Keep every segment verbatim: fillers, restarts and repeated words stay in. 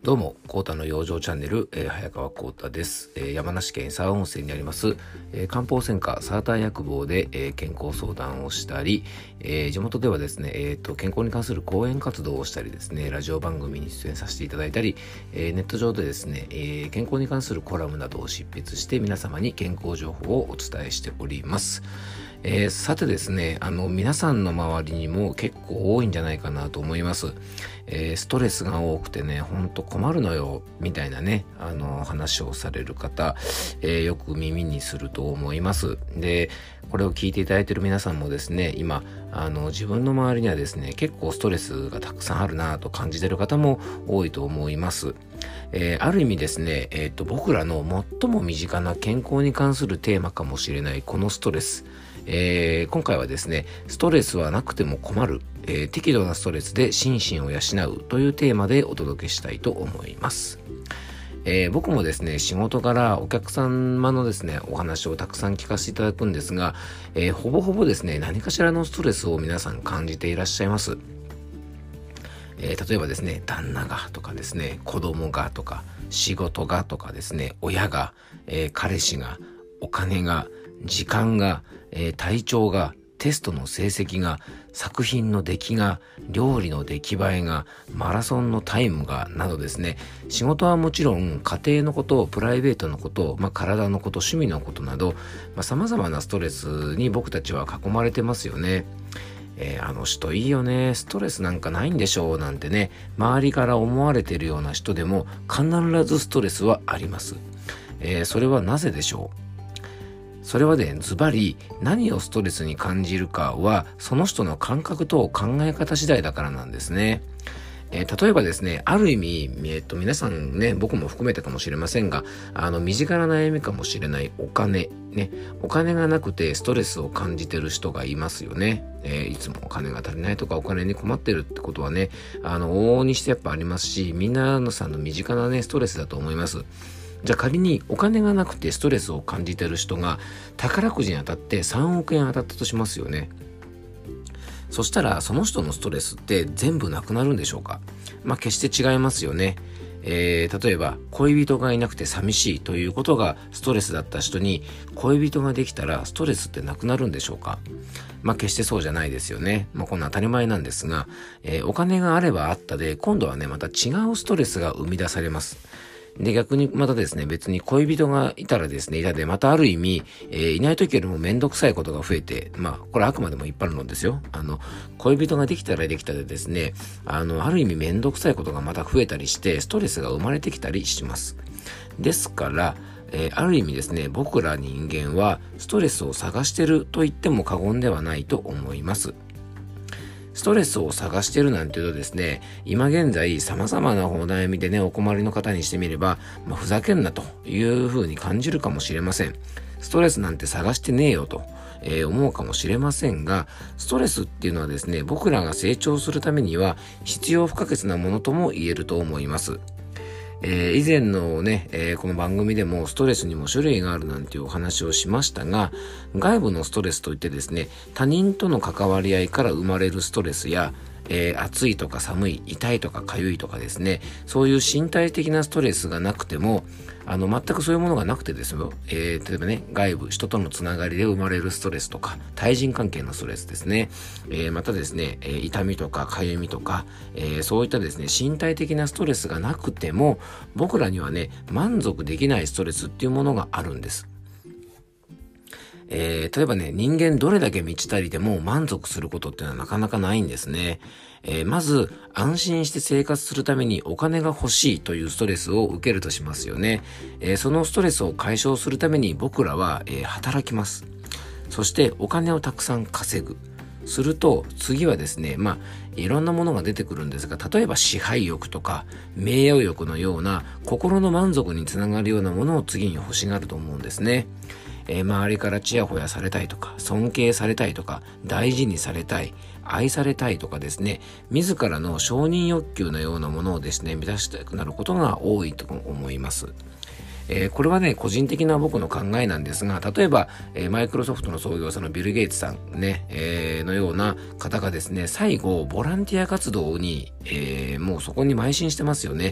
どうも、コータの養生チャンネル、えー、早川コータです、えー、山梨県佐賀温泉にあります、えー、漢方専科サーター薬房で、えー、健康相談をしたり、えー、地元ではですね、えーと、健康に関する講演活動をしたりですね、ラジオ番組に出演させていただいたり、えー、ネット上でですね、えー、健康に関するコラムなどを執筆して皆様に健康情報をお伝えしております。えー、さてですね、あの皆さんの周りにも結構多いんじゃないかなと思います。えー、ストレスが多くてね、ほんと困るのよみたいなね、あの話をされる方、えー、よく耳にすると思います。で、これを聞いていただいている皆さんもですね、今あの自分の周りにはですね、結構ストレスがたくさんあるなと感じている方も多いと思います。えー、ある意味ですね、えーと、僕らの最も身近な健康に関するテーマかもしれないこのストレス。えー、今回はですね、ストレスはなくても困る、えー、適度なストレスで心身を養うというテーマでお届けしたいと思います。えー、僕もですね、仕事からお客様のですね、お話をたくさん聞かせていただくんですが、えー、ほぼほぼですね、何かしらのストレスを皆さん感じていらっしゃいます。えー、例えばですね、旦那がとかですね、子供がとか、仕事がとかですね、親が、えー、彼氏が、お金が、時間が、えー、体調が、テストの成績が、作品の出来が、料理の出来栄えが、マラソンのタイムが、などですね、仕事はもちろん家庭のこと、プライベートのこと、まあ、体のこと、趣味のことなど、まあ、様々なストレスに僕たちは囲まれてますよね。えー、あの人いいよね、ストレスなんかないんでしょうなんてね、周りから思われているような人でも必ずストレスはあります。えー、それはなぜでしょう。それはね、ズバリ何をストレスに感じるかはその人の感覚と考え方次第だからなんですね。えー、例えばですね、ある意味、えー、と皆さんね、僕も含めてかもしれませんが、あの身近な悩みかもしれないお金ね、お金がなくてストレスを感じてる人がいますよね。えー、いつもお金が足りないとかお金に困ってるってことはね、あの往々にしてやっぱありますし、みんなのさんの身近なねストレスだと思います。じゃあ仮にお金がなくてストレスを感じてる人が宝くじに当たってさんおくえん当たったとしますよね。そしたらその人のストレスって全部なくなるんでしょうか。まあ決して違いますよね。えー、例えば恋人がいなくて寂しいということがストレスだった人に恋人ができたらストレスってなくなるんでしょうか。まあ決してそうじゃないですよね。まあこんな当たり前なんですが、えー、お金があればあったで今度はねまた違うストレスが生み出されます。で、逆にまたですね、別に恋人がいたらですね、いたで、またある意味、えー、いない時よりもめんどくさいことが増えて、まあ、これあくまでも一般論ですよ。あの、恋人ができたらできたでですね、あの、ある意味めんどくさいことがまた増えたりして、ストレスが生まれてきたりします。ですから、えー、ある意味ですね、僕ら人間はストレスを探してると言っても過言ではないと思います。ストレスを探してるなんていうとですね、今現在様々なお悩みでね、お困りの方にしてみれば、まあ、ふざけんなという風に感じるかもしれません。ストレスなんて探してねえよと、えー、思うかもしれませんが、ストレスっていうのはですね、僕らが成長するためには必要不可欠なものとも言えると思います。えー、以前のね、えー、この番組でもストレスにも種類があるなんていうお話をしましたが、外部のストレスといってですね、他人との関わり合いから生まれるストレスや、えー、暑いとか寒い、痛いとか痒いとかですね、そういう身体的なストレスがなくても、あの、全くそういうものがなくてですよ、えー、例えばね、外部、人とのつながりで生まれるストレスとか、対人関係のストレスですね、えー、またですね、えー、痛みとか痒みとか、えー、そういったですね、身体的なストレスがなくても、僕らにはね、満足できないストレスっていうものがあるんです。えー、例えばね、人間どれだけ満ち足りても満足することっていうのはなかなかないんですね。えー、まず、安心して生活するためにお金が欲しいというストレスを受けるとしますよね。えー、そのストレスを解消するために僕らは、えー、働きます。そしてお金をたくさん稼ぐ。すると次はですね、まあいろんなものが出てくるんですが、例えば支配欲とか名誉欲のような心の満足につながるようなものを次に欲しがると思うんですね。えー、周りからチヤホヤされたいとか、尊敬されたいとか、大事にされたい、愛されたいとかですね、自らの承認欲求のようなものをですね、満たしたくなることが多いと思います。えー、これはね、個人的な僕の考えなんですが、例えば、えー、マイクロソフトの創業者のビル・ゲイツさんね、えー、のような方がですね、最後、ボランティア活動に、えー、もうそこに邁進してますよね。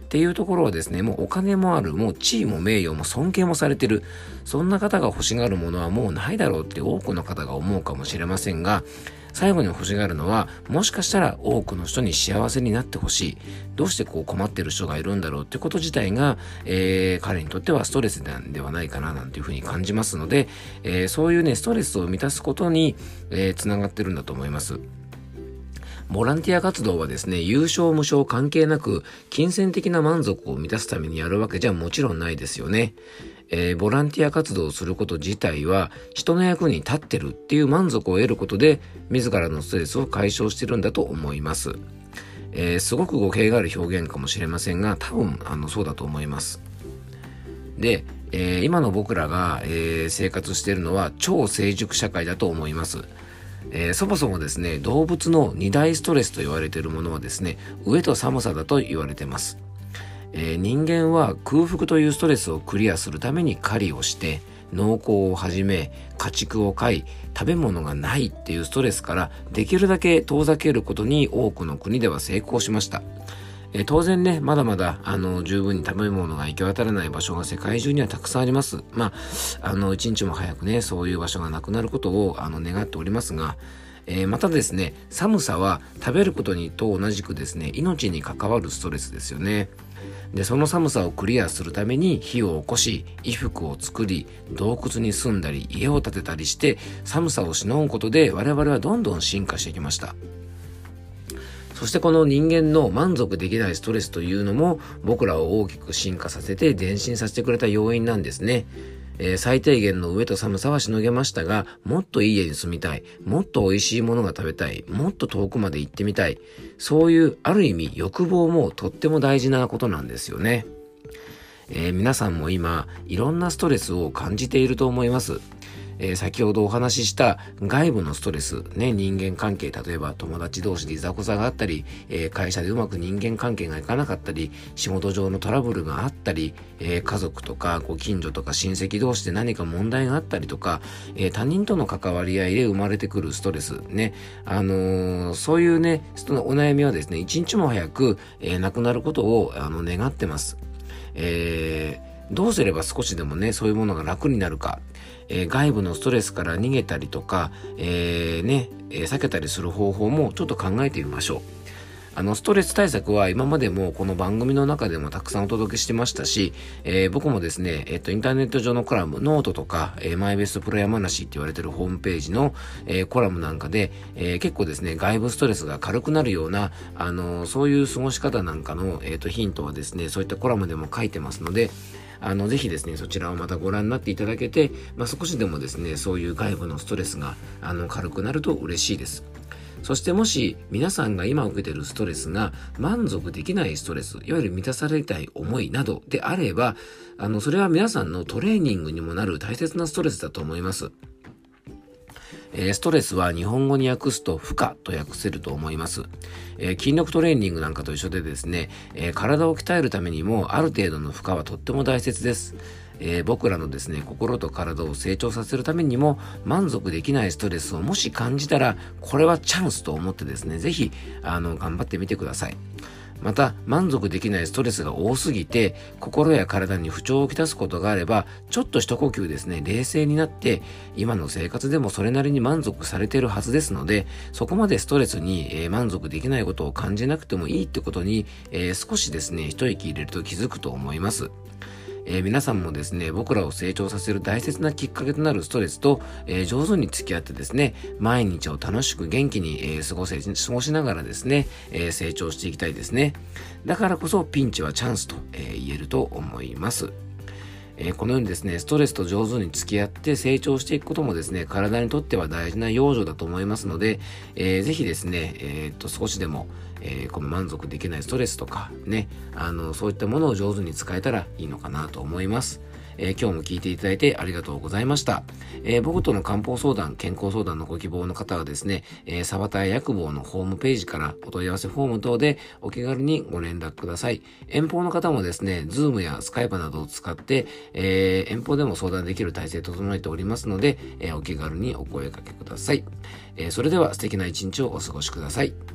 っていうところはですね、もうお金もある、もう地位も名誉も尊敬もされてる、そんな方が欲しがるものはもうないだろうって多くの方が思うかもしれませんが、最後に欲しがるのは、もしかしたら多くの人に幸せになってほしい。どうしてこう困ってる人がいるんだろうってこと自体が、えー、彼にとってはストレスなんではないかななんていうふうに感じますので、えー、そういうね、ストレスを満たすことに、えー、つながってるんだと思います。ボランティア活動はですね、優勝無償関係なく、金銭的な満足を満たすためにやるわけじゃもちろんないですよね。えー、ボランティア活動をすること自体は、人の役に立ってるっていう満足を得ることで、自らのストレスを解消してるんだと思います。えー、すごく語弊がある表現かもしれませんが、多分、あの、そうだと思います。で、えー、今の僕らが、えー、生活しているのは超成熟社会だと思います。えー、そもそもですね、動物の二大ストレスと言われているものはですね、飢えと寒さだと言われています。えー、人間は空腹というストレスをクリアするために狩りをして、農耕を始め、家畜を飼い、食べ物がないっていうストレスからできるだけ遠ざけることに多くの国では成功しました。えー、当然ね、まだまだ、あの、十分に食べ物が行き渡らない場所が世界中にはたくさんあります。まあ、あの、一日も早くね、そういう場所がなくなることを、あの、願っておりますが、えー、またですね、寒さは食べることにと同じくですね、命に関わるストレスですよね。で、その寒さをクリアするために火を起こし、衣服を作り、洞窟に住んだり、家を建てたりして、寒さをしのぐことで我々はどんどん進化してきました。そしてこの人間の満足できないストレスというのも僕らを大きく進化させて前進させてくれた要因なんですね。えー、最低限の飢えと寒さはしのげましたが、もっといい家に住みたい、もっと美味しいものが食べたい、もっと遠くまで行ってみたい、そういうある意味欲望もとっても大事なことなんですよね。えー、皆さんも今いろんなストレスを感じていると思います。えー、先ほどお話しした外部のストレス、ね、人間関係、例えば友達同士でいざこざがあったり、えー、会社でうまく人間関係がいかなかったり、仕事上のトラブルがあったり、えー、家族とかご近所とか親戚同士で何か問題があったりとか、えー、他人との関わり合いで生まれてくるストレス、ね、あのー、そういうね、そのお悩みはですね、一日も早く、えー、なくなることをあの願ってます。えーどうすれば少しでもね、そういうものが楽になるか、えー、外部のストレスから逃げたりとか、えー、ね、えー、避けたりする方法もちょっと考えてみましょう。あの、ストレス対策は今までもこの番組の中でもたくさんお届けしてましたし、えー、僕もですね、えっと、インターネット上のコラム、ノートとか、えー、マイベストプロ山梨って言われてるホームページの、えー、コラムなんかで、えー、結構ですね、外部ストレスが軽くなるような、あのー、そういう過ごし方なんかの、えっと、ヒントはですね、そういったコラムでも書いてますので、あの、ぜひですね、そちらをまたご覧になっていただけて、まあ、少しでもですね、そういう外部のストレスが、あの、軽くなると嬉しいです。そしてもし皆さんが今受けているストレスが満足できないストレス、いわゆる満たされたい思いなどであれば、あの、それは皆さんのトレーニングにもなる大切なストレスだと思います。えー、ストレスは日本語に訳すと負荷と訳せると思います。えー、筋力トレーニングなんかと一緒でですね、えー、体を鍛えるためにもある程度の負荷はとっても大切です。えー、僕らのですね、心と体を成長させるためにも満足できないストレスをもし感じたら、これはチャンスと思ってですね、ぜひ、あの、頑張ってみてください。また、満足できないストレスが多すぎて、心や体に不調をきたすことがあれば、ちょっと一呼吸ですね、冷静になって、今の生活でもそれなりに満足されているはずですので、そこまでストレスに、えー、満足できないことを感じなくてもいいってことに、えー、少しですね、一息入れると気づくと思います。えー、皆さんもですね、僕らを成長させる大切なきっかけとなるストレスと、えー、上手に付き合ってですね、毎日を楽しく元気に、えー、過ごせ、過ごしながらですね、えー、成長していきたいですね。だからこそピンチはチャンスと、えー、言えると思います。えー、このようにですね、ストレスと上手に付き合って成長していくこともですね、体にとっては大事な養生だと思いますので、えー、ぜひですね、えー、っと少しでも、えー、この満足できないストレスとかね、あのそういったものを上手に使えたらいいのかなと思います。えー、今日も聞いていただいてありがとうございました。えー、僕との漢方相談、健康相談のご希望の方はですね、えー、サバタ薬房のホームページからお問い合わせフォーム等でお気軽にご連絡ください。遠方の方もですね、ズームやスカイプなどを使って、えー、遠方でも相談できる体制を整えておりますので、えー、お気軽にお声掛けください。えー、それでは素敵な一日をお過ごしください。